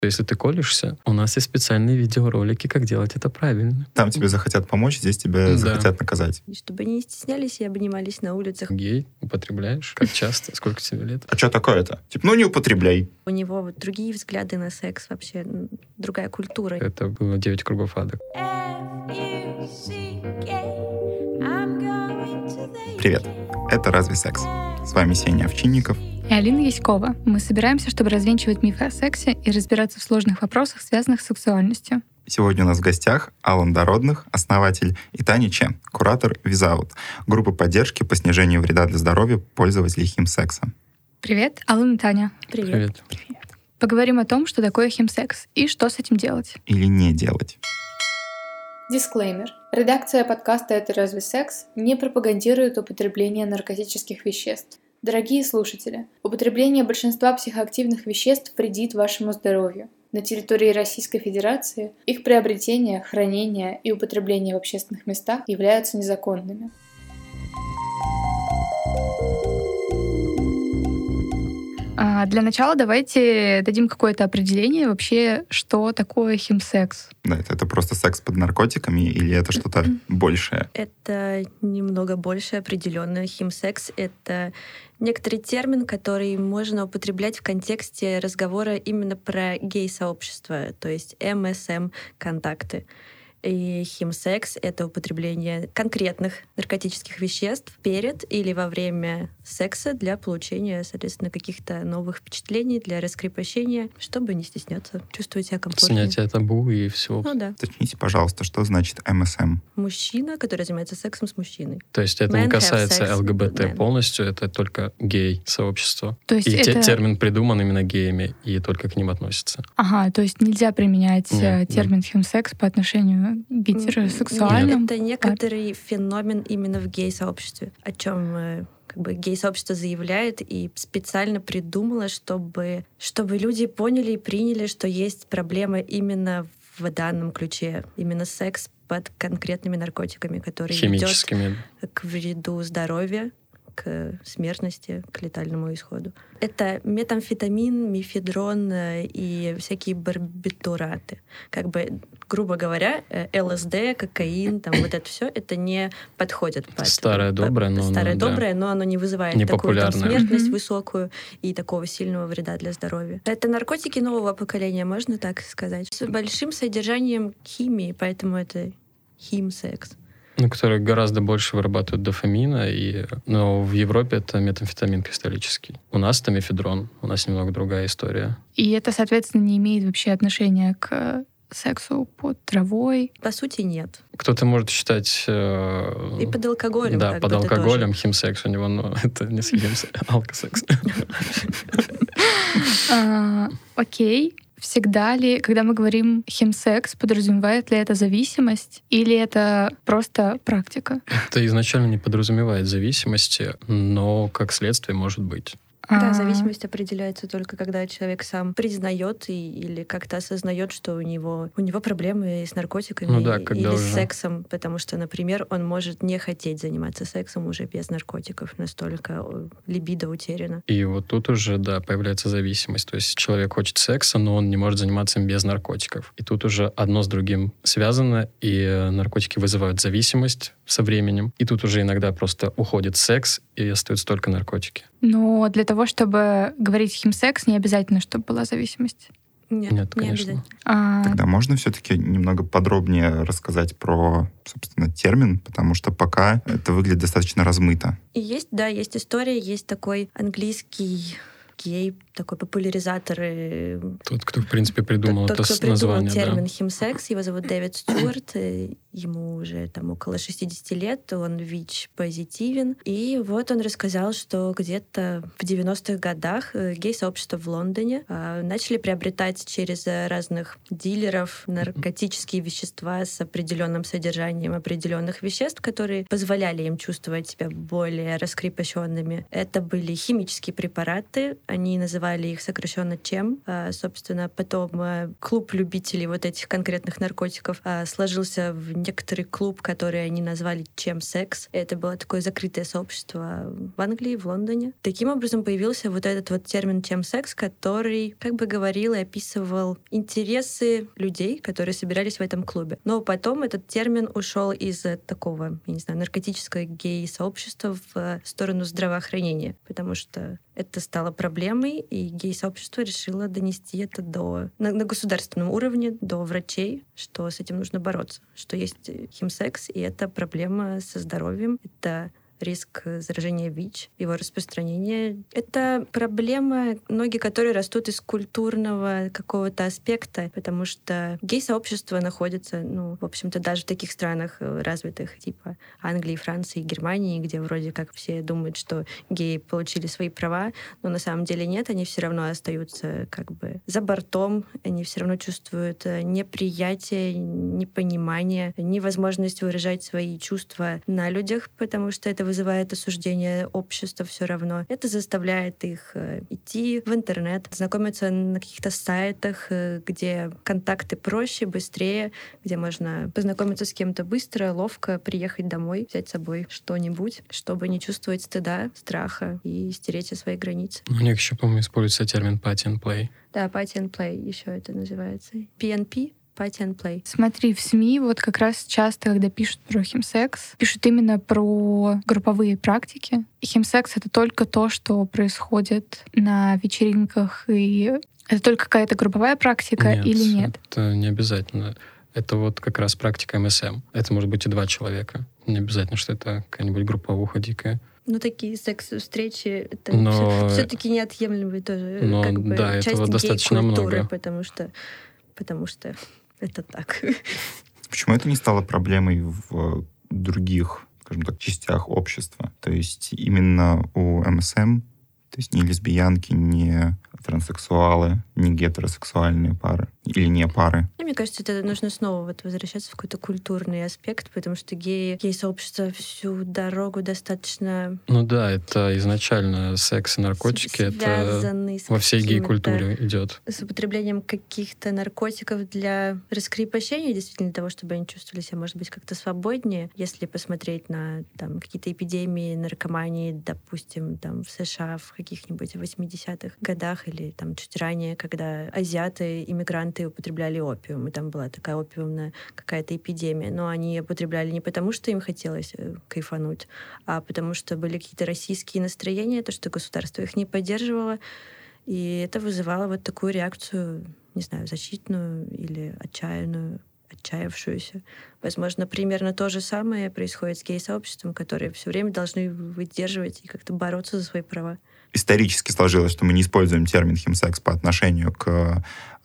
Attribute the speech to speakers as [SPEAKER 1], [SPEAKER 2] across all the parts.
[SPEAKER 1] Если ты колешься, у нас есть специальные видеоролики, как делать это правильно.
[SPEAKER 2] Там тебе захотят помочь, здесь тебя захотят наказать.
[SPEAKER 3] Чтобы они не стеснялись и обнимались на улицах.
[SPEAKER 1] Гей употребляешь? Как часто? Сколько тебе лет?
[SPEAKER 2] А что такое-то? Типа, не употребляй.
[SPEAKER 3] У него вот другие взгляды на секс, вообще другая культура.
[SPEAKER 1] Это было 9 кругов ада.
[SPEAKER 2] Привет, это «Разве секс?». С вами Сеня Овчинников
[SPEAKER 4] и Алина Яськова. Мы собираемся, чтобы развенчивать мифы о сексе и разбираться в сложных вопросах, связанных с сексуальностью.
[SPEAKER 2] Сегодня у нас в гостях Алан Дородных, основатель, и Таня Че, куратор Визаут, группы поддержки по снижению вреда для здоровья пользователей химсекса.
[SPEAKER 4] Привет, Алан и Таня.
[SPEAKER 1] Привет.
[SPEAKER 4] Поговорим о том, что такое химсекс и что с этим делать.
[SPEAKER 2] Или не делать.
[SPEAKER 4] Дисклеймер. Редакция подкаста «Это разве секс?» не пропагандирует употребление наркотических веществ. Дорогие слушатели, употребление большинства психоактивных веществ вредит вашему здоровью. На территории Российской Федерации их приобретение, хранение и употребление в общественных местах являются незаконными. Для начала давайте дадим какое-то определение вообще, что такое химсекс.
[SPEAKER 2] Да, это просто секс под наркотиками или это что-то большее?
[SPEAKER 3] Это немного больше определенно. Химсекс — это некоторый термин, который можно употреблять в контексте разговора именно про гей-сообщество, то есть МСМ-контакты. И химсекс — это употребление конкретных наркотических веществ перед или во время секса для получения, соответственно, каких-то новых впечатлений, для раскрепощения, чтобы не стесняться, чувствовать себя комфортнее.
[SPEAKER 1] Снятие табу и все.
[SPEAKER 3] Ну да.
[SPEAKER 2] Уточните, пожалуйста, что значит МСМ?
[SPEAKER 3] Мужчина, который занимается сексом с мужчиной.
[SPEAKER 1] То есть это
[SPEAKER 3] Men
[SPEAKER 1] не
[SPEAKER 3] have
[SPEAKER 1] касается
[SPEAKER 3] sex
[SPEAKER 1] ЛГБТ
[SPEAKER 3] with men.
[SPEAKER 1] полностью, это только гей-сообщество.
[SPEAKER 4] То есть
[SPEAKER 1] и
[SPEAKER 4] это...
[SPEAKER 1] термин придуман именно геями и только к ним относится.
[SPEAKER 4] Ага, то есть нельзя применять термин химсекс по отношению к гетеросексуальным?
[SPEAKER 3] Нет, это некоторый феномен именно в гей-сообществе, о чем гей-сообщество заявляет и специально придумало, чтобы люди поняли и приняли, что есть проблема именно в данном ключе, именно секс под конкретными наркотиками, которые ведет к вреду здоровья, к смертности, к летальному исходу. Это метамфетамин, мефедрон и всякие барбитураты. Грубо говоря, ЛСД, кокаин, вот это все, это не подходит под...
[SPEAKER 1] Старое доброе,
[SPEAKER 3] но оно не вызывает такую смертность высокую и такого сильного вреда для здоровья. Это наркотики нового поколения, можно так сказать, с большим содержанием химии, поэтому это химсекс.
[SPEAKER 1] Которые гораздо больше вырабатывают дофамина, но в Европе это метамфетамин кристаллический. У нас это мефедрон, у нас немного другая история.
[SPEAKER 4] И это, соответственно, не имеет вообще отношения к сексу под травой?
[SPEAKER 3] По сути, нет.
[SPEAKER 1] Кто-то может считать...
[SPEAKER 3] И под алкоголем.
[SPEAKER 1] Да, под алкоголем химсекс у него, но это не химсекс, алкосекс.
[SPEAKER 4] Окей. Всегда ли, когда мы говорим химсекс, подразумевает ли это зависимость или это просто практика?
[SPEAKER 1] Это изначально не подразумевает зависимости, но как следствие может быть.
[SPEAKER 3] Да, зависимость определяется только когда человек сам признает или как-то осознает, что у него проблемы с наркотиками или с сексом, потому что, например, он может не хотеть заниматься сексом уже без наркотиков, настолько либидо утеряно.
[SPEAKER 1] И вот тут уже, появляется зависимость. То есть человек хочет секса, но он не может заниматься им без наркотиков. И тут уже одно с другим связано, и наркотики вызывают зависимость со временем. И тут уже иногда просто уходит секс, и остаются только наркотики.
[SPEAKER 4] Но для того, чтобы говорить химсекс, не обязательно, чтобы была зависимость.
[SPEAKER 1] Нет, конечно.
[SPEAKER 2] Тогда можно все-таки немного подробнее рассказать про, собственно, термин, потому что пока это выглядит достаточно размыто.
[SPEAKER 3] И есть история, есть такой английский гей, такой популяризатор.
[SPEAKER 1] Тот, кто, в принципе, придумал это название.
[SPEAKER 3] Тот, кто придумал термин химсекс, его зовут Дэвид Стюарт, ему уже около 60 лет, он ВИЧ-позитивен. И вот он рассказал, что где-то в 90-х годах гей-сообщество в Лондоне начали приобретать через разных дилеров наркотические вещества с определенным содержанием определенных веществ, которые позволяли им чувствовать себя более раскрепощенными. Это были химические препараты, Они называли их сокращенно ЧЕМ. Собственно, потом клуб любителей вот этих конкретных наркотиков сложился в некоторый клуб, который они назвали ЧЕМ-секс. Это было такое закрытое сообщество в Англии, в Лондоне. Таким образом появился вот этот вот термин ЧЕМ-секс, который как бы говорил и описывал интересы людей, которые собирались в этом клубе. Но потом этот термин ушел из такого, я не знаю, наркотического гей-сообщества в сторону здравоохранения, потому что это стало проблемой, и гей-сообщество решило донести это на государственном уровне до врачей, что с этим нужно бороться, что есть химсекс, и это проблема со здоровьем, это риск заражения ВИЧ, его распространение. Это проблема, ноги которой растут из культурного какого-то аспекта, потому что гей-сообщество находится, в общем-то, даже в таких странах развитых, типа Англии, Франции, Германии, где вроде как все думают, что геи получили свои права, но на самом деле нет, они все равно остаются как бы за бортом, они все равно чувствуют неприятие, непонимание, невозможность выражать свои чувства на людях, потому что это вызывает осуждение общества все равно. Это заставляет их идти в интернет, знакомиться на каких-то сайтах, где контакты проще, быстрее, где можно познакомиться с кем-то быстро, ловко, приехать домой, взять с собой что-нибудь, чтобы не чувствовать стыда, страха и стереть все свои границы.
[SPEAKER 1] У них еще, по-моему, используется термин party and play.
[SPEAKER 3] Да, party and play еще это называется. PNP — Party and Play.
[SPEAKER 4] Смотри, в СМИ вот как раз часто, когда пишут про химсекс, пишут именно про групповые практики. И химсекс — это только то, что происходит на вечеринках, и это только какая-то групповая практика или нет?
[SPEAKER 1] Это не обязательно. Это вот как раз практика МСМ. Это может быть и 2 человека. Не обязательно, что это какая-нибудь групповуха дикая.
[SPEAKER 3] Такие секс-встречи, это все-таки неотъемлемые тоже
[SPEAKER 1] да,
[SPEAKER 3] часть
[SPEAKER 1] достаточно
[SPEAKER 3] гей-культуры,
[SPEAKER 1] много.
[SPEAKER 3] потому что это так.
[SPEAKER 2] Почему это не стало проблемой в других, скажем так, частях общества? То есть именно у МСМ, то есть ни лесбиянки, ни транссексуалы, ни гетеросексуальные пары или не пары.
[SPEAKER 3] Мне кажется, это нужно снова возвращаться в какой-то культурный аспект, потому что гей-сообщество всю дорогу достаточно...
[SPEAKER 1] это изначально секс и наркотики, это во всей гей-культуре идет.
[SPEAKER 3] С употреблением каких-то наркотиков для раскрепощения, действительно, для того, чтобы они чувствовали себя, может быть, как-то свободнее. Если посмотреть на какие-то эпидемии наркомании, допустим, в США в каких-нибудь 80-х годах или чуть ранее, когда азиаты, иммигранты употребляли опиум, и там была такая опиумная какая-то эпидемия. Но они употребляли не потому, что им хотелось кайфануть, а потому что были какие-то российские настроения, то, что государство их не поддерживало, и это вызывало такую реакцию, не знаю, защитную или отчаявшуюся. Возможно, примерно то же самое происходит с гей-сообществом, которые все время должны выдерживать и как-то бороться за свои права.
[SPEAKER 2] Исторически сложилось, что мы не используем термин химсекс по отношению к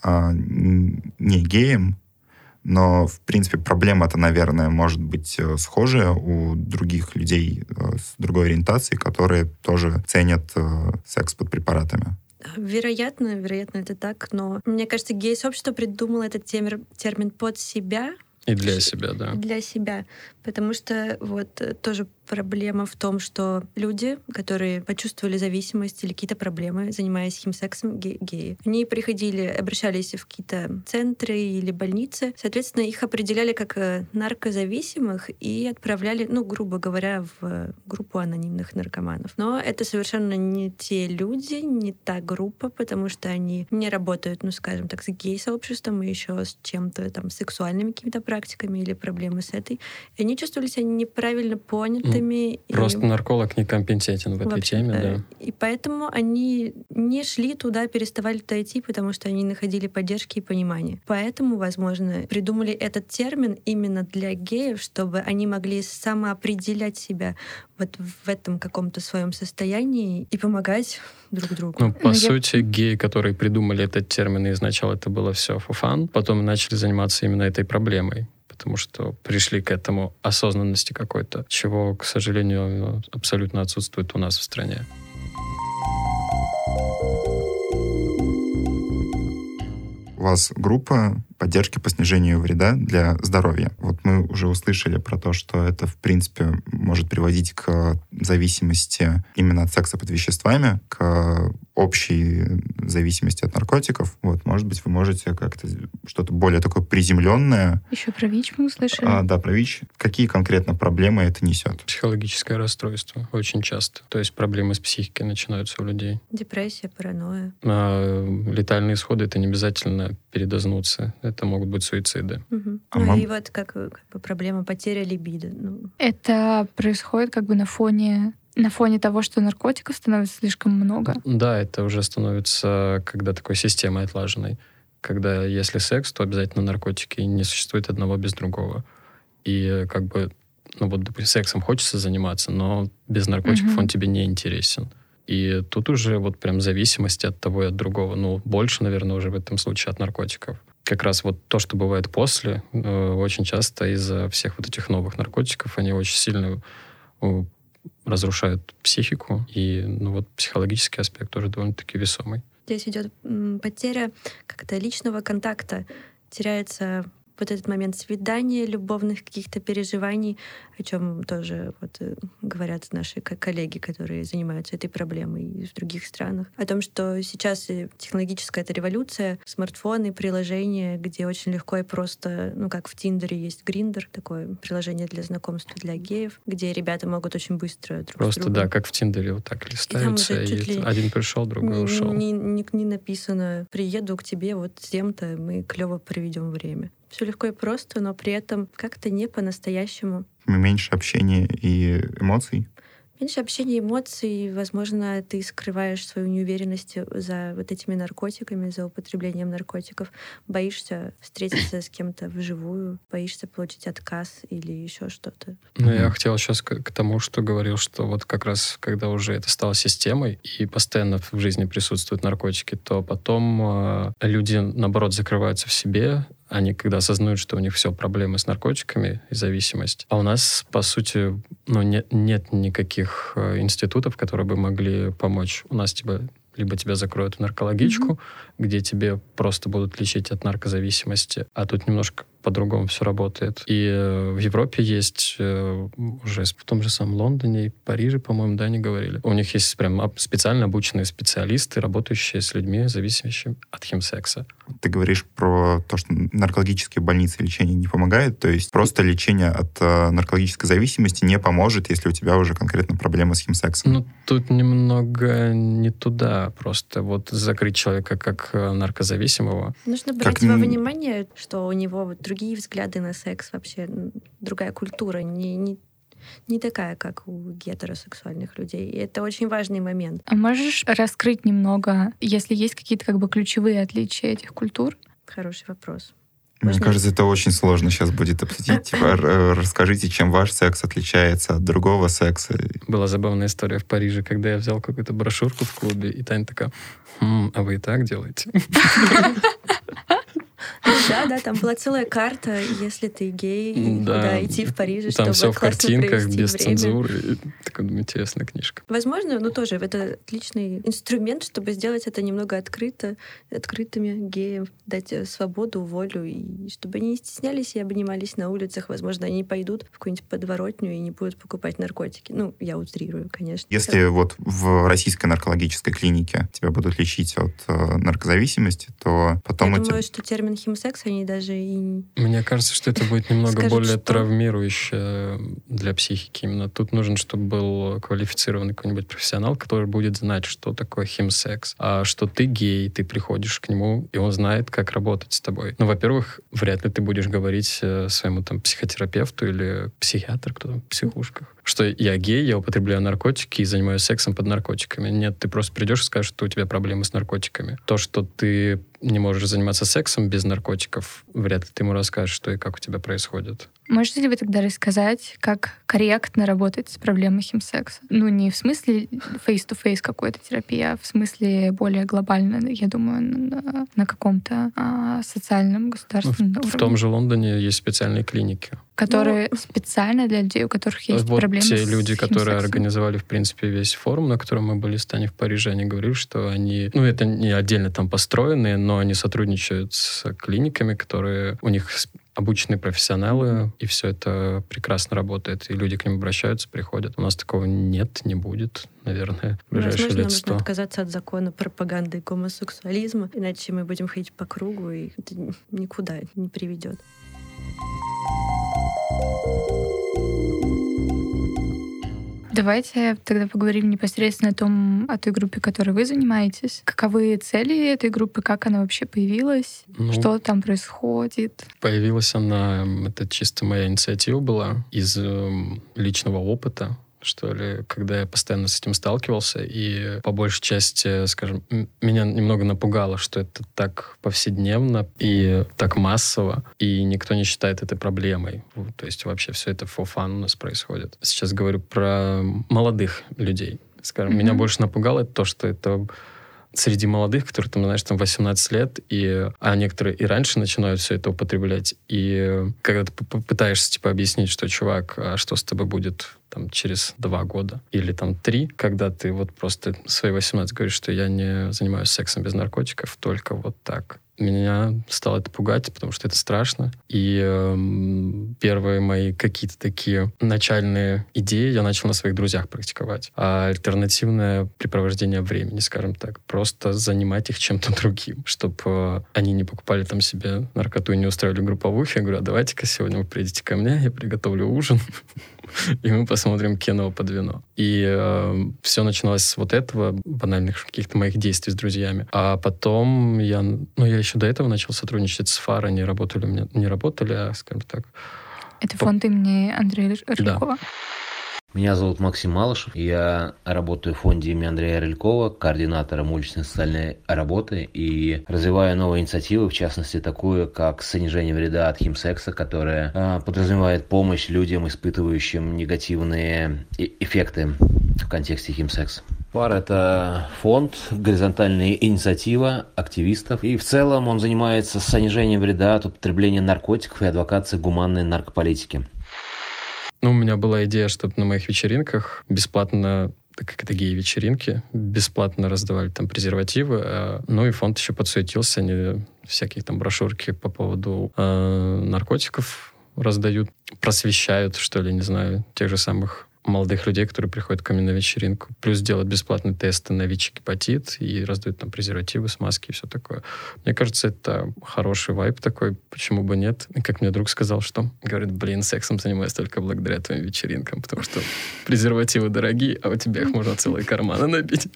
[SPEAKER 2] не геям, но, в принципе, проблема-то, наверное, может быть схожая у других людей с другой ориентацией, которые тоже ценят секс под препаратами.
[SPEAKER 3] Вероятно, это так, но мне кажется, гей-сообщество придумало этот термин под себя.
[SPEAKER 1] И для себя, да.
[SPEAKER 3] Для себя. Потому что тоже проблема в том, что люди, которые почувствовали зависимость или какие-то проблемы, занимаясь химсексом, геи, они обращались в какие-то центры или больницы. Соответственно, их определяли как наркозависимых и отправляли, грубо говоря, в группу анонимных наркоманов. Но это совершенно не те люди, не та группа, потому что они не работают, скажем так, с гей-сообществом и еще с чем-то сексуальными какими-то практиками или проблемы с этой. И они чувствовали себя неправильно понятыми.
[SPEAKER 1] Просто нарколог некомпетентен в этой теме, да.
[SPEAKER 3] И поэтому они не шли туда, переставали туда идти, потому что они находили поддержки и понимание. Поэтому, возможно, придумали этот термин именно для геев, чтобы они могли самоопределять себя в этом каком-то своем состоянии и помогать друг другу.
[SPEAKER 1] По сути, геи, которые придумали этот термин, и изначально это было все for fun, потом начали заниматься именно этой проблемой, потому что пришли к этому осознанности какой-то, чего, к сожалению, абсолютно отсутствует у нас в стране.
[SPEAKER 2] У вас группа поддержки по снижению вреда для здоровья. Вот мы уже услышали про то, что это, в принципе, может приводить к зависимости именно от секса под веществами, к общей зависимости от наркотиков. Вот, может быть, вы можете как-то что-то более такое приземленное.
[SPEAKER 4] Еще про ВИЧ мы услышали.
[SPEAKER 2] Да, про ВИЧ. Какие конкретно проблемы это несет?
[SPEAKER 1] Психологическое расстройство очень часто. То есть проблемы с психикой начинаются у людей.
[SPEAKER 3] Депрессия, паранойя.
[SPEAKER 1] Летальные исходы — это не обязательно передознуться. Это могут быть суициды.
[SPEAKER 3] И вот как бы проблема потери либидо.
[SPEAKER 4] Это происходит как бы на фоне того, что наркотиков становится слишком много?
[SPEAKER 1] Да, это уже становится, когда такой системой отлаженной. Когда если секс, то обязательно наркотики. И не существует одного без другого. И как бы, допустим, сексом хочется заниматься, но без наркотиков он тебе не интересен. И тут уже вот прям зависимость от того и от другого. Больше, наверное, уже в этом случае от наркотиков. Как раз вот то, что бывает после, очень часто из-за всех вот этих новых наркотиков, они очень сильно разрушают психику, и психологический аспект тоже довольно-таки весомый.
[SPEAKER 3] Здесь идет потеря как-то личного контакта, теряется вот этот момент свидания, любовных каких-то переживаний, о чем тоже говорят наши коллеги, которые занимаются этой проблемой и в других странах. О том, что сейчас технологическая эта революция, смартфоны, приложения, где очень легко и просто, как в Тиндере есть Grindr, такое приложение для знакомства для геев, где ребята могут очень быстро друг
[SPEAKER 1] просто,
[SPEAKER 3] с другом...
[SPEAKER 1] да, как в Тиндере вот так листаются, и один пришел, другой ушел.
[SPEAKER 3] Не написано «приеду к тебе вот с тем-то, мы клево проведем время». Все легко и просто, но при этом как-то не по-настоящему.
[SPEAKER 2] Меньше общения и эмоций?
[SPEAKER 3] Меньше общения и эмоций. Возможно, ты скрываешь свою неуверенность за вот этими наркотиками, за употреблением наркотиков. Боишься встретиться с кем-то вживую, боишься получить отказ или еще что-то.
[SPEAKER 1] Я хотел сейчас к тому, что говорил, что вот как раз, когда уже это стало системой и постоянно в жизни присутствуют наркотики, то потом люди, наоборот, закрываются в себе. Они когда осознают, что у них все проблемы с наркотиками и зависимость. А у нас, по сути, нет никаких институтов, которые бы могли помочь. У нас либо тебя закроют в наркологичку, где тебе просто будут лечить от наркозависимости, а тут немножко по-другому все работает. И в Европе есть уже в том же самом Лондоне и Париже, по-моему, да, они говорили. У них есть прям специально обученные специалисты, работающие с людьми, зависимыми от химсекса.
[SPEAKER 2] Ты говоришь про то, что наркологические больницы лечение не помогает, то есть просто лечение от наркологической зависимости не поможет, если у тебя уже конкретно проблемы с химсексом.
[SPEAKER 1] Тут немного не туда. Просто вот закрыть человека как наркозависимого.
[SPEAKER 3] Нужно брать во внимание, что у него другие взгляды на секс, вообще другая культура, не такая, как у гетеросексуальных людей. И это очень важный момент.
[SPEAKER 4] А можешь раскрыть немного, если есть какие-то ключевые отличия этих культур?
[SPEAKER 3] Хороший вопрос.
[SPEAKER 2] Мне кажется, это очень сложно сейчас будет обсудить. Расскажите, чем ваш секс отличается от другого секса.
[SPEAKER 1] Была забавная история в Париже, когда я взял какую-то брошюрку в клубе, и Таня такая: а вы и так делаете?
[SPEAKER 3] Да, там была целая карта, если ты гей, куда идти в Париже,
[SPEAKER 1] там
[SPEAKER 3] чтобы
[SPEAKER 1] все в картинках, без
[SPEAKER 3] время.
[SPEAKER 1] цензуры. Такая интересная книжка.
[SPEAKER 3] Возможно, тоже это отличный инструмент, чтобы сделать это немного открытыми геям, дать свободу, волю, и чтобы они не стеснялись и обнимались на улицах. Возможно, они пойдут в какую-нибудь подворотню и не будут покупать наркотики. Я утрирую, конечно.
[SPEAKER 2] Если вот в российской наркологической клинике тебя будут лечить от наркозависимости, то потом...
[SPEAKER 3] Я думаю, что термин химсекс они даже и...
[SPEAKER 1] Мне кажется, что это будет немного более травмирующе для психики. Именно тут нужно, чтобы был квалифицированный какой-нибудь профессионал, который будет знать, что такое химсекс. А что ты гей, ты приходишь к нему, и он знает, как работать с тобой. Во-первых, вряд ли ты будешь говорить своему психотерапевту или психиатру, кто там в психушках, что я гей, я употребляю наркотики и занимаюсь сексом под наркотиками. Нет, ты просто придешь и скажешь, что у тебя проблемы с наркотиками. То, что ты не можешь заниматься сексом без наркотиков, вряд ли ты ему расскажешь, что и как у тебя происходит.
[SPEAKER 4] Можете ли вы тогда рассказать, как корректно работать с проблемой химсекса? Не в смысле face-to-face какой-то терапии, а в смысле более глобально, я думаю, на каком-то социальном, государственном уровне.
[SPEAKER 1] В том же Лондоне есть специальные клиники.
[SPEAKER 4] которые специально для людей, у которых есть
[SPEAKER 1] вот
[SPEAKER 4] проблемы
[SPEAKER 1] те
[SPEAKER 4] с
[SPEAKER 1] люди, которые
[SPEAKER 4] химсексом.
[SPEAKER 1] организовали, в принципе, весь форум, на котором мы были с Таней в Париже, они говорили, что они, это не отдельно там построенные, но они сотрудничают с клиниками, которые у них обученные профессионалы, и все это прекрасно работает, и люди к ним обращаются, приходят. У нас такого нет, не будет, наверное, в ближайшие
[SPEAKER 3] Возможно,
[SPEAKER 1] лет 100.
[SPEAKER 3] нужно отказаться от закона пропаганды гомосексуализма, иначе мы будем ходить по кругу, и это никуда не приведет.
[SPEAKER 4] Давайте тогда поговорим непосредственно о той группе, которой вы занимаетесь. Каковы цели этой группы, как она вообще появилась, что там происходит?
[SPEAKER 1] Появилась она, это чисто моя инициатива была, из личного опыта, что ли, когда я постоянно с этим сталкивался, и по большей части, скажем, меня немного напугало, что это так повседневно и так массово, и никто не считает это проблемой. То есть вообще все это for fun у нас происходит. Сейчас говорю про молодых людей. Скажем, меня больше напугало то, что это среди молодых, которые, там, знаешь, там 18 лет, а некоторые и раньше начинают все это употреблять. И когда ты пытаешься объяснить, что, чувак, а что с тобой будет там, через 2 года или там 3, когда ты вот просто свои 18 говоришь, что я не занимаюсь сексом без наркотиков, только вот так. Меня стало это пугать, потому что это страшно. И первые мои какие-то такие начальные идеи я начал на своих друзьях практиковать. А альтернативное препровождение времени, скажем так. Просто занимать их чем-то другим, чтобы они не покупали там себе наркоту и не устраивали групповухи. Я говорю, а давайте-ка сегодня вы придете ко мне, я приготовлю ужин, и мы посмотрим кино под вино. И все начиналось с вот этого, банальных каких-то моих действий с друзьями. А потом я еще до этого начал сотрудничать с ФАР. Они не работали, а, скажем так...
[SPEAKER 4] Это фонд имени Андрея Рылькова?
[SPEAKER 5] Да. Меня зовут Максим Малышев. Я работаю в фонде имени Андрея Рылькова, координатором уличной социальной работы, и развиваю новые инициативы, в частности, такую, как снижение вреда от химсекса, которая подразумевает помощь людям, испытывающим негативные эффекты в контексте химсекса. ФАР – это фонд, горизонтальная инициатива активистов, и в целом он занимается снижением вреда от употребления наркотиков и адвокацией гуманной наркополитики.
[SPEAKER 1] У меня была идея, чтобы на моих вечеринках бесплатно, так как это геи-вечеринки, бесплатно раздавали там презервативы. И фонд еще подсуетился, они всякие там брошюрки по поводу наркотиков раздают, просвещают, что ли, не знаю, тех же самых молодых людей, которые приходят ко мне на вечеринку. Плюс делают бесплатные тесты на ВИЧ-гепатит и раздают там презервативы, смазки и все такое. Мне кажется, это хороший вайб такой, почему бы нет. И как мне друг сказал, что, говорит, сексом занимаюсь только благодаря твоим вечеринкам, потому что презервативы дорогие, а у тебя их можно целые карманы набить.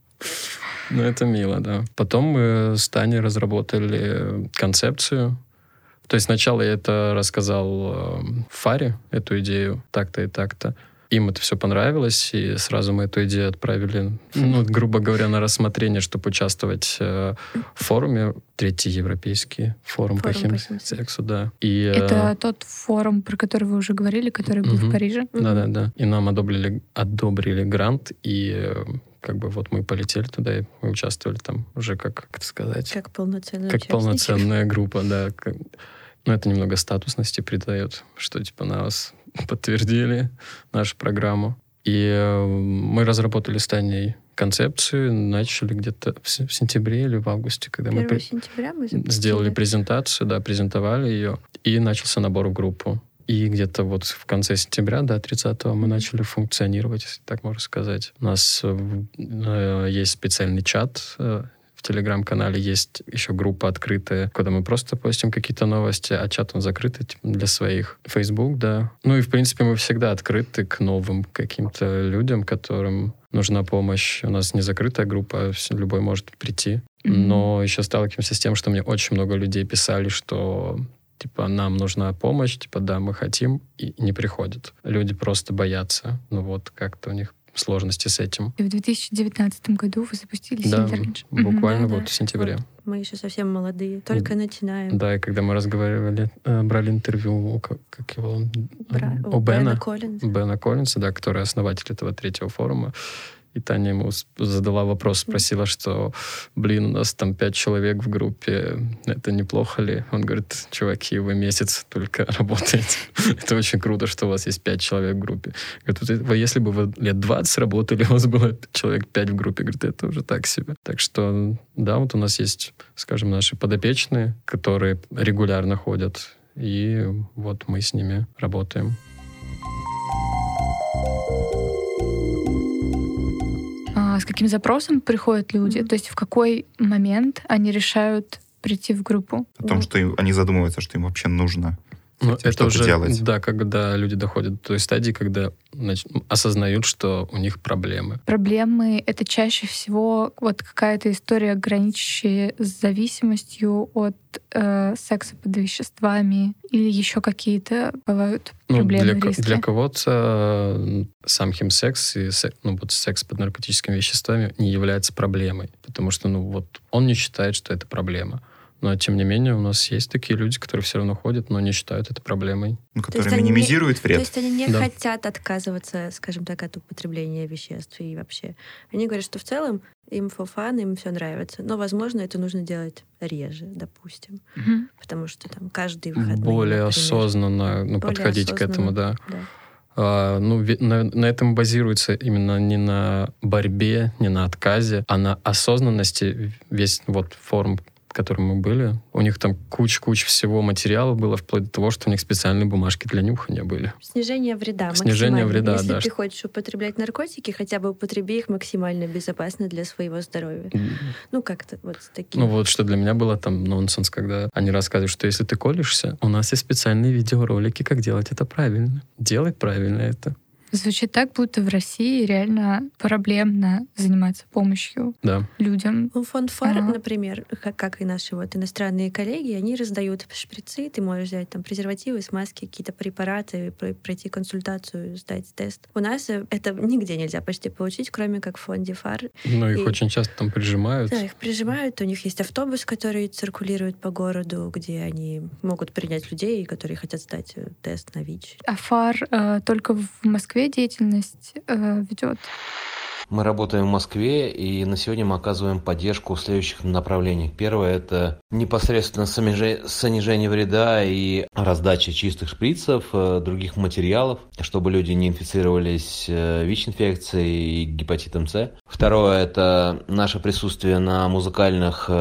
[SPEAKER 1] Это мило, да. Потом мы с Таней разработали концепцию. То есть сначала я это рассказал в ФАРе, эту идею, так-то и так-то. Им это все понравилось, и сразу мы эту идею отправили, грубо говоря, на рассмотрение, чтобы участвовать в форуме. 3-й европейский форум по химсексу, да.
[SPEAKER 4] Это тот форум, про который вы уже говорили, который был в Париже?
[SPEAKER 1] Да. И нам одобрили грант, и мы полетели туда, и мы участвовали там уже, как сказать...
[SPEAKER 3] Как полноценная
[SPEAKER 1] Как полноценная группа, да. Это немного статусности придает, что нас подтвердили нашу программу. И мы разработали с Таней концепцию, начали где-то в сентябре или в августе, когда
[SPEAKER 3] 1 сентября мы
[SPEAKER 1] сделали презентацию, да, презентовали ее, и начался набор в группу. И где-то в конце сентября, 30-го, мы начали функционировать, если так можно сказать. У нас есть специальный чат, в Телеграм-канале есть еще группа открытая, куда мы просто постим какие-то новости, а чат он закрытый для своих. Facebook, да. И, в принципе, мы всегда открыты к новым каким-то людям, которым нужна помощь. У нас не закрытая группа, любой может прийти. Но еще сталкиваемся с тем, что мне очень много людей писали, что нам нужна помощь, да, мы хотим, и не приходят. Люди просто боятся. Как-то у них сложности с этим.
[SPEAKER 4] И в 2019 году вы запустили Синтерлинч.
[SPEAKER 1] Да, буквально в сентябре.
[SPEAKER 3] Мы еще совсем молодые, только начинаем.
[SPEAKER 1] Да, и когда мы разговаривали, брали интервью у
[SPEAKER 3] Бена Коллинза.
[SPEAKER 1] Бена Коллинза, да, который основатель этого 3-го форума. И Таня ему задала вопрос, спросила, что, блин, у нас там 5 человек в группе, это неплохо ли? Он говорит, чуваки, вы месяц только работаете. Это очень круто, что у вас есть 5 человек в группе. Говорит, если бы вы лет 20 работали, у вас было человек 5 в группе. Говорит, это уже так себе. Так что, да, вот у нас есть, скажем, наши подопечные, которые регулярно ходят, и вот мы с ними работаем.
[SPEAKER 4] С каким запросом приходят люди? То есть в какой момент они решают прийти в группу?
[SPEAKER 2] О том, что они задумываются, что им вообще нужно
[SPEAKER 1] это уже
[SPEAKER 2] делать.
[SPEAKER 1] Да, когда люди доходят до той стадии, когда осознают, что у них проблемы.
[SPEAKER 4] Проблемы — это чаще всего вот какая-то история, граничащая с зависимостью от секса под веществами, или еще какие-то бывают проблемы, риски?
[SPEAKER 1] Для кого-то сам химсекс и секс под наркотическими веществами не является проблемой, потому что он не считает, что это проблема. Но, тем не менее, у нас есть такие люди, которые все равно ходят, но не считают это проблемой.
[SPEAKER 2] Которые минимизируют вред.
[SPEAKER 3] То есть они не хотят отказываться, скажем так, от употребления веществ и вообще. Они говорят, что в целом им for fun, им все нравится. Но, возможно, это нужно делать реже, допустим. Потому что там каждый выходный,
[SPEAKER 1] более осознанно подходить к этому, да. На этом базируется именно не на борьбе, не на отказе, а на осознанности весь форум, в котором мы были. У них там куча всего материала было, вплоть до того, что у них специальные бумажки для нюхания были.
[SPEAKER 3] Снижение вреда.
[SPEAKER 1] Снижение вреда,
[SPEAKER 3] Если
[SPEAKER 1] да.
[SPEAKER 3] ты хочешь употреблять наркотики, хотя бы употреби их максимально безопасно для своего здоровья. Как-то вот такие.
[SPEAKER 1] Что для меня было там нонсенс, когда они рассказывают, что если ты колешься, у нас есть специальные видеоролики, как делать это правильно. Делай правильно это.
[SPEAKER 4] Звучит так, будто в России реально проблемно заниматься помощью людям.
[SPEAKER 3] Фонд ФАР, например, как и наши иностранные коллеги, они раздают шприцы, ты можешь взять там презервативы, смазки, какие-то препараты, пройти консультацию, сдать тест. У нас это нигде нельзя почти получить, кроме как в фонде ФАР.
[SPEAKER 1] Их очень часто там прижимают.
[SPEAKER 3] Да, их прижимают. У них есть автобус, который циркулирует по городу, где они могут принять людей, которые хотят сдать тест на ВИЧ.
[SPEAKER 4] А ФАР только в Москве деятельность ведет?
[SPEAKER 5] Мы работаем в Москве, и на сегодня мы оказываем поддержку в следующих направлениях. Первое – это непосредственно снижение вреда и раздача чистых шприцев, других материалов, чтобы люди не инфицировались ВИЧ-инфекцией и гепатитом С. Второе – это наше присутствие на музыкальных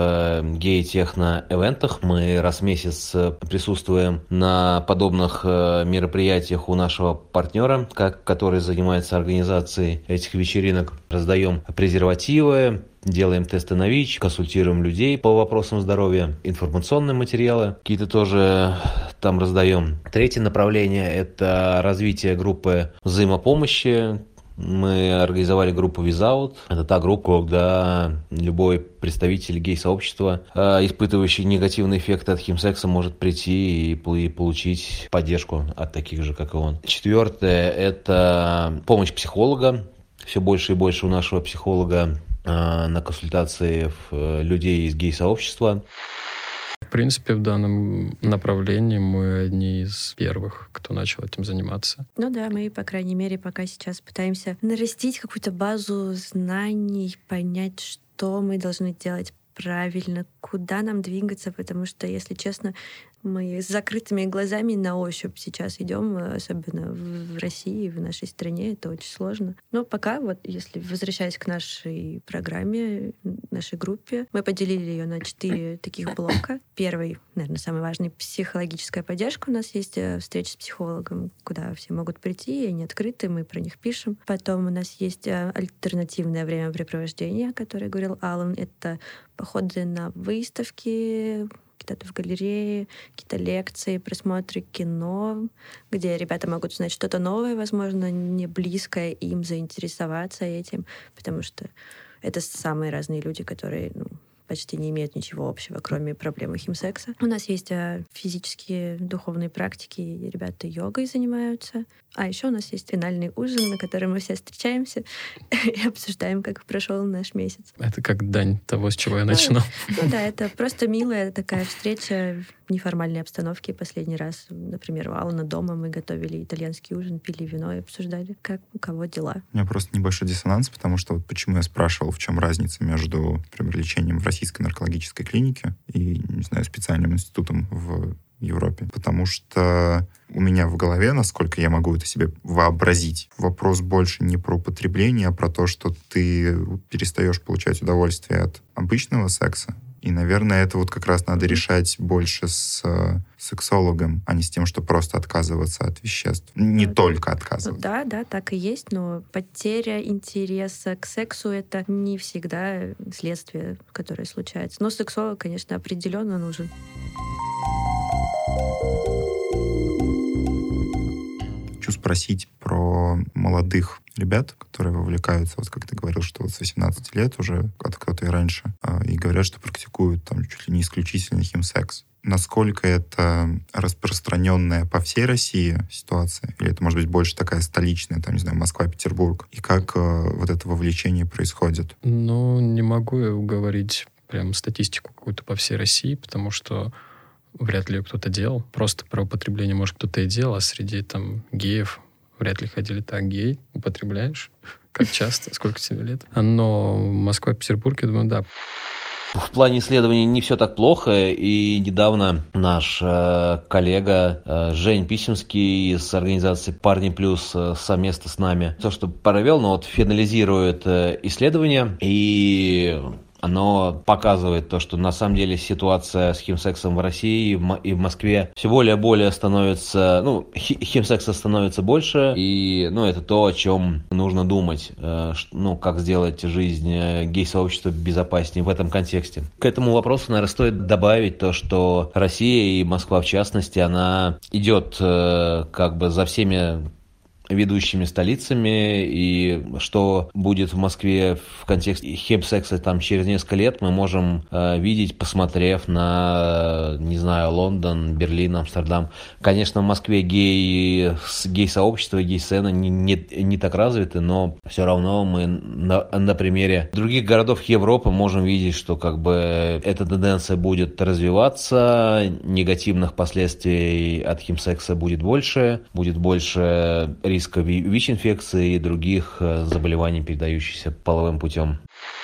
[SPEAKER 5] гей-техно-эвентах. Мы раз в месяц присутствуем на подобных мероприятиях у нашего партнера, который занимается организацией этих вечеринок. Раздаем презервативы, делаем тесты на ВИЧ, консультируем людей по вопросам здоровья, информационные материалы какие-то тоже там раздаем. Третье направление – это развитие группы взаимопомощи. Мы организовали группу Without. Это та группа, когда любой представитель гей-сообщества, испытывающий негативный эффект от химсекса, может прийти и получить поддержку от таких же, как и он. Четвертое – это помощь психолога. Все больше и больше у нашего психолога на консультации людей из гей-сообщества.
[SPEAKER 1] В принципе, в данном направлении мы одни из первых, кто начал этим заниматься.
[SPEAKER 3] Мы, по крайней мере, пока сейчас пытаемся нарастить какую-то базу знаний, понять, что мы должны делать правильно, куда нам двигаться, потому что, если честно, мы с закрытыми глазами на ощупь сейчас идем, особенно в России, в нашей стране, это очень сложно. Но пока, если возвращаясь к нашей программе, нашей группе, мы поделили ее на 4 таких блока. Первый, наверное, самый важный — психологическая поддержка. У нас есть встреча с психологом, куда все могут прийти, они открыты, мы про них пишем. Потом у нас есть альтернативное времяпрепровождение, о которое говорил Алан. Это походы на выставки, где-то в галерее, какие-то лекции, просмотры кино, где ребята могут узнать что-то новое, возможно, не близкое им, заинтересоваться этим, потому что это самые разные люди, которые почти не имеют ничего общего, кроме проблемы химсекса. У нас есть физические духовные практики, и ребята йогой занимаются. А еще у нас есть финальный ужин, на котором мы все встречаемся и обсуждаем, как прошел наш месяц.
[SPEAKER 1] Это как дань того, с чего я начинал.
[SPEAKER 3] Ну да, это просто милая такая встреча в неформальной обстановке. Последний раз, например, у Алана дома мы готовили итальянский ужин, пили вино и обсуждали, как у кого дела.
[SPEAKER 2] У меня просто небольшой диссонанс, потому что вот почему я спрашивал, в чем разница между, например, лечением в российской наркологической клинике и, не знаю, специальным институтом в Европе. Потому что у меня в голове, насколько я могу это себе вообразить, вопрос больше не про употребление, а про то, что ты перестаешь получать удовольствие от обычного секса. И, наверное, это вот как раз надо решать больше с сексологом, а не с тем, что просто отказываться от веществ. Не только отказываться.
[SPEAKER 3] Да, так и есть, но потеря интереса к сексу — это не всегда следствие, которое случается. Но сексолог, конечно, определенно нужен.
[SPEAKER 2] Хочу спросить про молодых ребят, которые вовлекаются, вот как ты говорил, что вот с 18 лет уже, а кто-то и раньше, и говорят, что практикуют там чуть ли не исключительно химсекс. Насколько это распространенная по всей России ситуация? Или это, может быть, больше такая столичная, там, не знаю, Москва, Петербург? И как вот это вовлечение происходит?
[SPEAKER 1] Ну, не могу я говорить прям статистику какую-то по всей России, потому что вряд ли ее кто-то делал. Просто про употребление, может, кто-то и делал, а среди там геев вряд ли ходили так. Гей употребляешь? Как часто? Сколько тебе лет? Но Москва, Петербург, я думаю, да.
[SPEAKER 5] В плане исследований не все так плохо, и недавно наш коллега Жень Писемский из организации «Парни плюс» совместно с нами то, что провел, но вот финализирует исследование, и оно показывает то, что на самом деле ситуация с химсексом в России и в Москве все более и более становится, химсекса становится больше, и, это то, о чем нужно думать, как сделать жизнь гей-сообщества безопаснее в этом контексте. К этому вопросу, наверное, стоит добавить то, что Россия и Москва, в частности, она идет за всеми ведущими столицами, и что будет в Москве в контексте химсекса там через несколько лет, мы можем видеть, посмотрев на, не знаю, Лондон, Берлин, Амстердам. Конечно, в Москве гей-сообщество, гей-сцена не так развиты, но все равно мы на примере других городов Европы можем видеть, что эта тенденция будет развиваться, негативных последствий от химсекса будет больше риска ВИЧ-инфекции и других заболеваний, передающихся половым путем.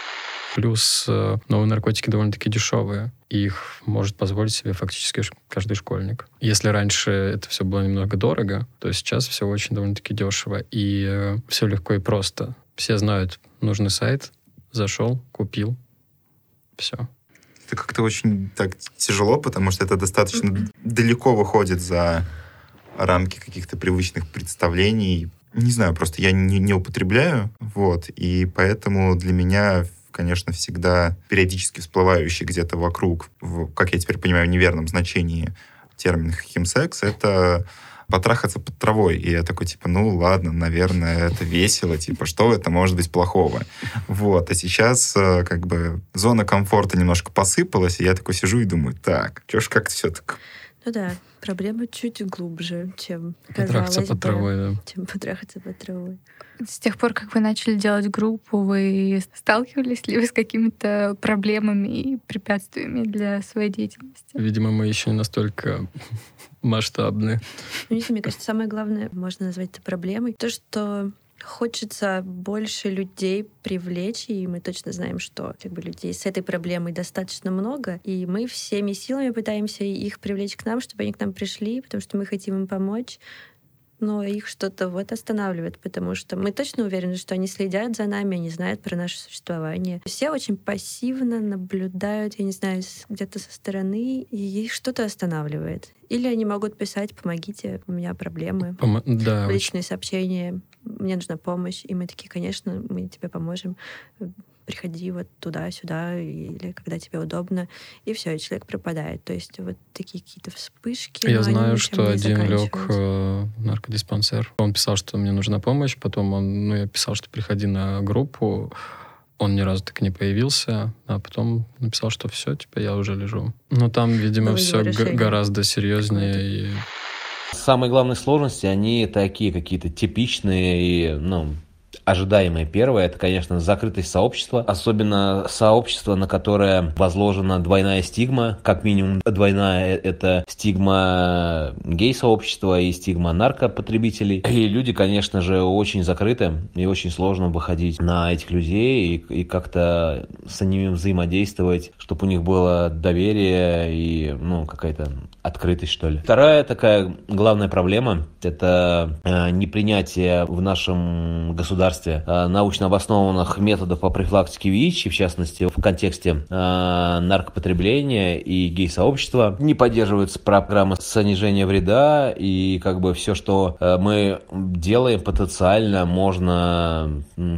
[SPEAKER 1] Плюс новые наркотики довольно-таки дешевые. И их может позволить себе фактически каждый школьник. Если раньше это все было немного дорого, то сейчас все очень довольно-таки дешево. И все легко и просто. Все знают нужный сайт, зашел, купил. Все.
[SPEAKER 2] Это как-то очень так тяжело, потому что это достаточно далеко выходит за рамки каких-то привычных представлений. Не знаю, просто я не употребляю, и поэтому для меня, конечно, всегда периодически всплывающий где-то вокруг, как я теперь понимаю, в неверном значении термин химсекс, это потрахаться под травой. И я такой, ладно, наверное, это весело, что это может быть плохого? А сейчас зона комфорта немножко посыпалась, и я такой сижу и думаю, что ж как-то все так...
[SPEAKER 3] Ну да, проблема чуть глубже, чем
[SPEAKER 1] потрахаться под травой, да.
[SPEAKER 3] Чем потрахаться под травой.
[SPEAKER 4] С тех пор, как вы начали делать группу, вы сталкивались ли вы с какими-то проблемами и препятствиями для своей деятельности?
[SPEAKER 1] Видимо, мы еще не настолько масштабны.
[SPEAKER 3] Не знаю, мне кажется, самое главное, можно назвать это проблемой, то, что хочется больше людей привлечь, и мы точно знаем, что людей с этой проблемой достаточно много, и мы всеми силами пытаемся их привлечь к нам, чтобы они к нам пришли, потому что мы хотим им помочь, но их что-то останавливает, потому что мы точно уверены, что они следят за нами, они знают про наше существование. Все очень пассивно наблюдают, я не знаю, где-то со стороны, и их что-то останавливает. Или они могут писать: «Помогите, у меня проблемы».
[SPEAKER 1] Да,
[SPEAKER 3] личные сообщения: «Мне нужна помощь». И мы такие: «Конечно, мы тебе поможем. Приходи туда-сюда, или когда тебе удобно». И все, и человек пропадает. То есть такие какие-то вспышки.
[SPEAKER 1] Я знаю, что один лег в наркодиспансер. Он писал, что мне нужна помощь, потом я писал, что приходи на группу, он ни разу так и не появился, а потом написал, что все, типа, я уже лежу. Но там, видимо, все гораздо серьезнее.
[SPEAKER 5] Самые главные сложности, они такие какие-то типичные и, ожидаемое. Первое, это, конечно, закрытость сообщества, особенно сообщество, на которое возложена двойная стигма, как минимум двойная, это стигма гей-сообщества и стигма наркопотребителей. И люди, конечно же, очень закрыты, и очень сложно выходить на этих людей и как-то с ними взаимодействовать, чтобы у них было доверие и, какая-то открытость, что ли. Вторая такая главная проблема, это непринятие в нашем государстве научно обоснованных методов по профилактике ВИЧ, в частности, в контексте наркопотребления и гей-сообщества. Не поддерживаются программы снижения вреда, и все, что мы делаем потенциально, можно,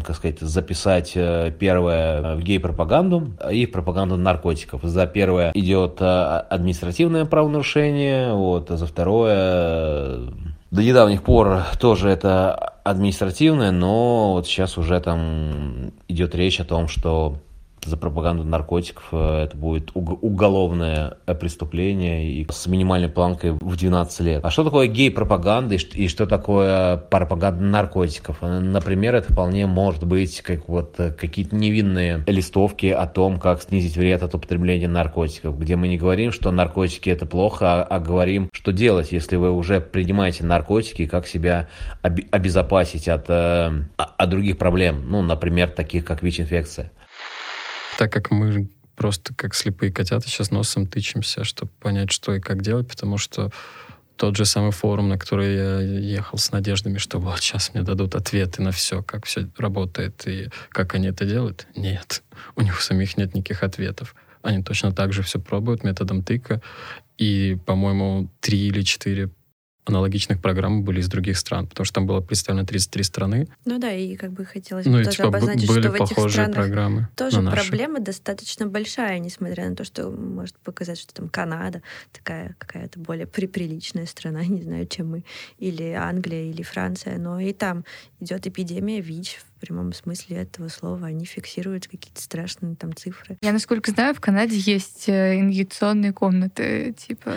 [SPEAKER 5] записать первое в гей-пропаганду и в пропаганду наркотиков. За первое идет административное правонарушение, а за второе... До недавних пор тоже это административное, но сейчас уже там идет речь о том, что за пропаганду наркотиков это будет уголовное преступление и с минимальной планкой в 12 лет. А что такое гей-пропаганда и что такое пропаганда наркотиков? Например, это вполне может быть какие-то невинные листовки о том, как снизить вред от употребления наркотиков, где мы не говорим, что наркотики это плохо, а говорим, что делать, если вы уже принимаете наркотики, и как себя обезопасить от других проблем, например, таких как ВИЧ-инфекция.
[SPEAKER 1] Так как мы просто как слепые котята сейчас носом тычемся, чтобы понять, что и как делать, потому что тот же самый форум, на который я ехал с надеждами, что вот сейчас мне дадут ответы на все, как все работает и как они это делают. Нет, у них самих нет никаких ответов. Они точно так же все пробуют методом тыка. И, по-моему, 3 или 4 аналогичных программ были из других стран, потому что там было представлено 33 страны.
[SPEAKER 3] И хотелось бы тоже обозначить,
[SPEAKER 1] были
[SPEAKER 3] что в этих
[SPEAKER 1] похожие
[SPEAKER 3] странах
[SPEAKER 1] программы
[SPEAKER 3] тоже проблема достаточно большая, несмотря на то, что может показать, что там Канада такая какая-то более приличная страна, не знаю, чем мы, или Англия, или Франция, но и там идет эпидемия ВИЧ в прямом смысле этого слова. Они фиксируют какие-то страшные там цифры.
[SPEAKER 4] Я, насколько знаю, в Канаде есть инъекционные комнаты,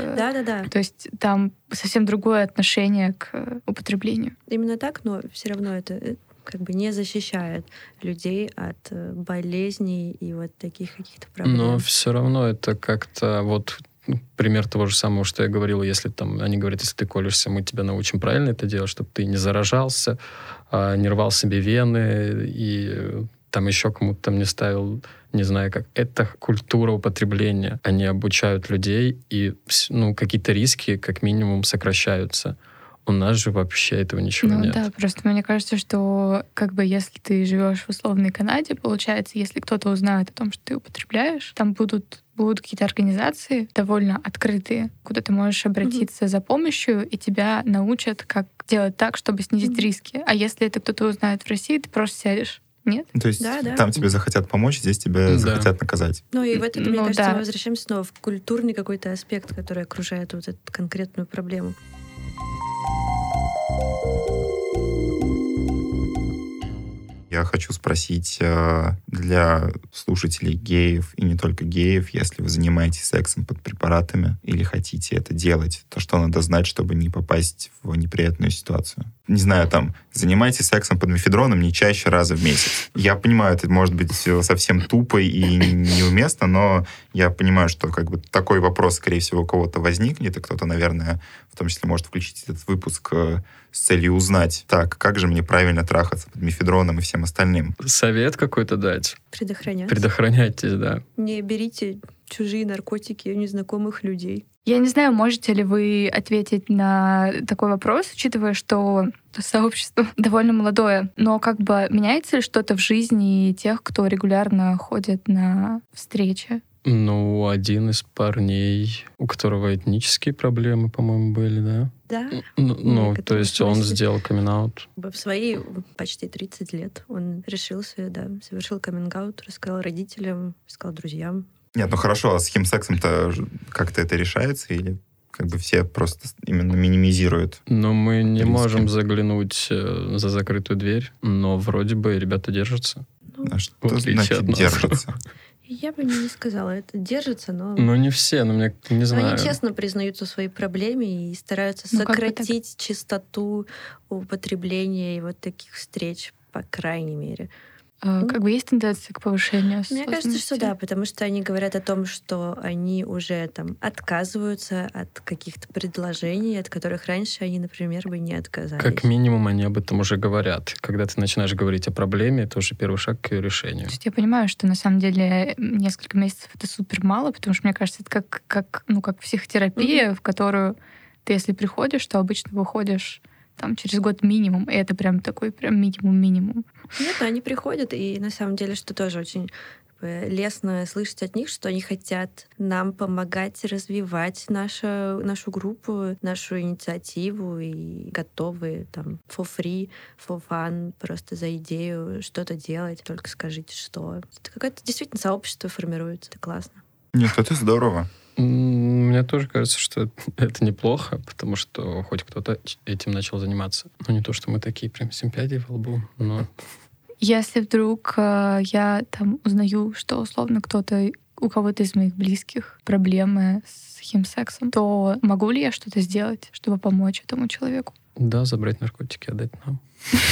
[SPEAKER 3] Да.
[SPEAKER 4] То есть там совсем другое отношение к употреблению.
[SPEAKER 3] Именно так, но все равно это не защищает людей от болезней и таких каких-то проблем.
[SPEAKER 1] Но все равно это как-то пример того же самого, что я говорил, если они говорят, если ты колешься, мы тебя научим правильно это делать, чтобы ты не заражался, не рвал себе вены и там еще кому-то не ставил, не знаю как. Это культура употребления. Они обучают людей, и какие-то риски как минимум сокращаются. У нас же вообще этого ничего нет.
[SPEAKER 4] Да, просто мне кажется, что если ты живешь в условной Канаде, получается, если кто-то узнает о том, что ты употребляешь, там будут какие-то организации довольно открытые, куда ты можешь обратиться за помощью, и тебя научат, как делать так, чтобы снизить риски. А если это кто-то узнает в России, ты просто сядешь. Нет?
[SPEAKER 2] То есть там тебе захотят помочь, здесь тебя захотят наказать.
[SPEAKER 3] И в этом, мне кажется, мы возвращаемся снова в культурный какой-то аспект, который окружает эту конкретную проблему.
[SPEAKER 2] Я хочу спросить для слушателей геев и не только геев, если вы занимаетесь сексом под препаратами или хотите это делать, то что надо знать, чтобы не попасть в неприятную ситуацию? Не знаю, занимайтесь сексом под мефедроном не чаще раза в месяц. Я понимаю, это может быть совсем тупо и неуместно, но я понимаю, что такой вопрос, скорее всего, у кого-то возникнет, и кто-то, наверное, в том числе может включить этот выпуск с целью узнать, как же мне правильно трахаться под мефедроном и всем остальным.
[SPEAKER 1] Совет какой-то дать. Предохраняйтесь, да.
[SPEAKER 3] Не берите чужие наркотики у незнакомых людей.
[SPEAKER 4] Я не знаю, можете ли вы ответить на такой вопрос, учитывая, что сообщество довольно молодое, но меняется ли что-то в жизни тех, кто регулярно ходит на встречи?
[SPEAKER 1] Один из парней, у которого этнические проблемы, по-моему, были, да?
[SPEAKER 3] Да.
[SPEAKER 1] То есть он сделал камин-аут.
[SPEAKER 3] В свои почти 30 лет он решился, совершил каминг-аут, рассказал родителям, рассказал друзьям.
[SPEAKER 2] Нет, хорошо, а с химсексом-то как-то это решается или все просто именно минимизируют?
[SPEAKER 1] Мы не можем заглянуть за закрытую дверь, но вроде бы ребята держатся.
[SPEAKER 2] А что значит держится?
[SPEAKER 3] Я бы не сказала, это держится, но...
[SPEAKER 1] Ну, не все, но мне не знаю.
[SPEAKER 3] Но они честно признаются в своей проблеме и стараются сократить частоту употребления и вот таких встреч, по крайней мере.
[SPEAKER 4] Как бы есть тенденция к повышению
[SPEAKER 3] Мне кажется, что да, потому что они говорят о том, что они уже там отказываются от каких-то предложений, от которых раньше они, например, бы не отказались.
[SPEAKER 1] Как минимум они об этом уже говорят. Когда ты начинаешь говорить о проблеме, это уже первый шаг к ее решению.
[SPEAKER 4] То есть я понимаю, что на самом деле несколько месяцев это супер мало, потому что мне кажется, это как психотерапия, в которую ты, если приходишь, то обычно выходишь там через год минимум, и это прям такой прям минимум.
[SPEAKER 3] Нет, они приходят, и на самом деле, что тоже очень лестно слышать от них, что они хотят нам помогать развивать нашу группу, нашу инициативу, и готовы там for free, for fun, просто за идею что-то делать, только скажите, что. Это какое-то действительно сообщество формируется, это классно.
[SPEAKER 2] Нет, это здорово.
[SPEAKER 1] Мне тоже кажется, что это неплохо, потому что хоть кто-то этим начал заниматься. Ну, не то, что мы такие прям симпатии во лбу, но...
[SPEAKER 4] Если вдруг я там узнаю, что условно у кого-то из моих близких проблемы с химсексом, то могу ли я что-то сделать, чтобы помочь этому человеку?
[SPEAKER 1] Да, забрать наркотики, отдать нам.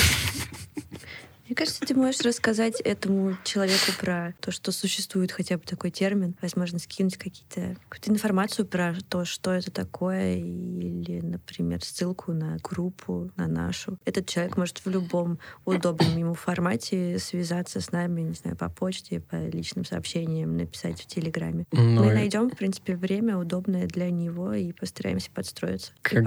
[SPEAKER 3] Мне кажется, ты можешь рассказать этому человеку про то, что существует хотя бы такой термин, возможно, скинуть какую-то информацию про то, что это такое, или, например, ссылку на группу, на нашу. Этот человек может в любом удобном ему формате связаться с нами, не знаю, по почте, по личным сообщениям, написать в Телеграме. Мы найдем, в принципе, время удобное для него и постараемся подстроиться.
[SPEAKER 1] Как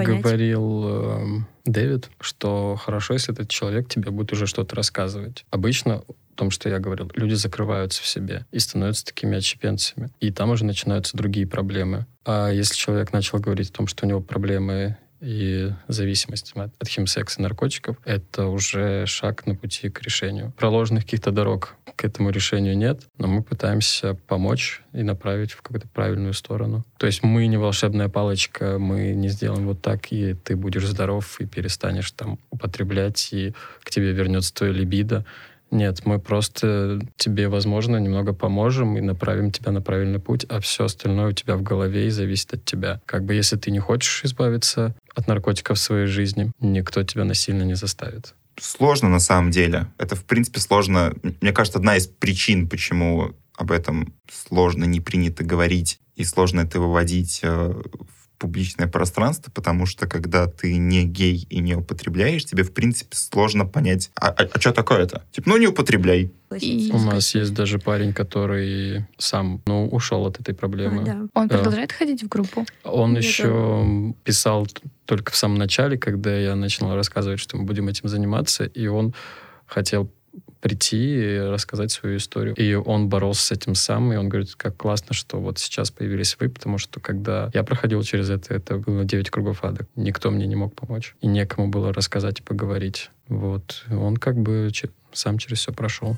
[SPEAKER 1] говорил Дэвид, что хорошо, если этот человек тебе будет уже что-то рассказывать. Обычно, о том, что я говорил, люди закрываются в себе и становятся такими отщепенцами. И там уже начинаются другие проблемы. А если человек начал говорить о том, что у него проблемы и зависимость от химсекса и наркотиков, это уже шаг на пути к решению. Проложенных каких-то дорог к этому решению нет, но мы пытаемся помочь и направить в какую-то правильную сторону. То есть мы не волшебная палочка, мы не сделаем вот так, и ты будешь здоров и перестанешь там употреблять, и к тебе вернется твое либидо. Нет, мы просто тебе, возможно, немного поможем и направим тебя на правильный путь, а все остальное у тебя в голове и зависит от тебя. Как бы если ты не хочешь избавиться от наркотиков в своей жизни, никто тебя насильно не заставит.
[SPEAKER 2] Сложно на самом деле. Это, в принципе, сложно. Мне кажется, одна из причин, почему об этом сложно, не принято говорить, и сложно это выводить в публичное пространство, потому что когда ты не гей и не употребляешь, тебе, в принципе, сложно понять, а что такое-то? Типа, не употребляй.
[SPEAKER 1] У нас есть даже парень, который сам, ушел от этой проблемы.
[SPEAKER 3] Да.
[SPEAKER 4] Он продолжает ходить в группу?
[SPEAKER 1] Он еще писал только в самом начале, когда я начал рассказывать, что мы будем этим заниматься, и он хотел прийти и рассказать свою историю. И он боролся с этим сам, и он говорит, как классно, что вот сейчас появились вы, потому что когда я проходил через это было 9 кругов ада. Никто мне не мог помочь. И некому было рассказать и поговорить. Вот. Он как бы сам через все прошел.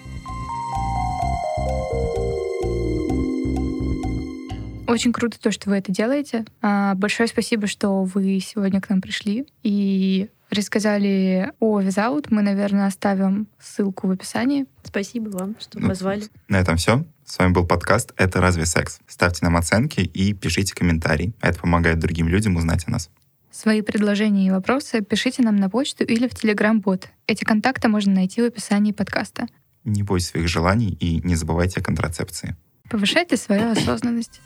[SPEAKER 4] Очень круто то, что вы это делаете. Большое спасибо, что вы сегодня к нам пришли и рассказали о Without. Мы, наверное, оставим ссылку в описании.
[SPEAKER 3] Спасибо вам, что позвали.
[SPEAKER 2] На этом все. С вами был подкаст «Это разве секс?». Ставьте нам оценки и пишите комментарии. Это помогает другим людям узнать о нас.
[SPEAKER 4] Свои предложения и вопросы пишите нам на почту или в Telegram-бот. Эти контакты можно найти в описании подкаста.
[SPEAKER 2] Не бойтесь своих желаний и не забывайте о контрацепции.
[SPEAKER 4] Повышайте свою осознанность.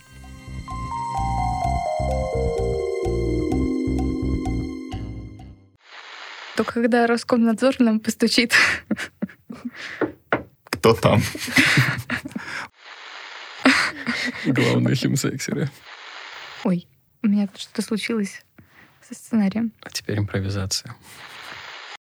[SPEAKER 4] Только когда Роскомнадзор нам постучит.
[SPEAKER 2] Кто там?
[SPEAKER 1] Главные химсексеры.
[SPEAKER 4] Ой, у меня тут что-то случилось со сценарием.
[SPEAKER 1] А теперь импровизация.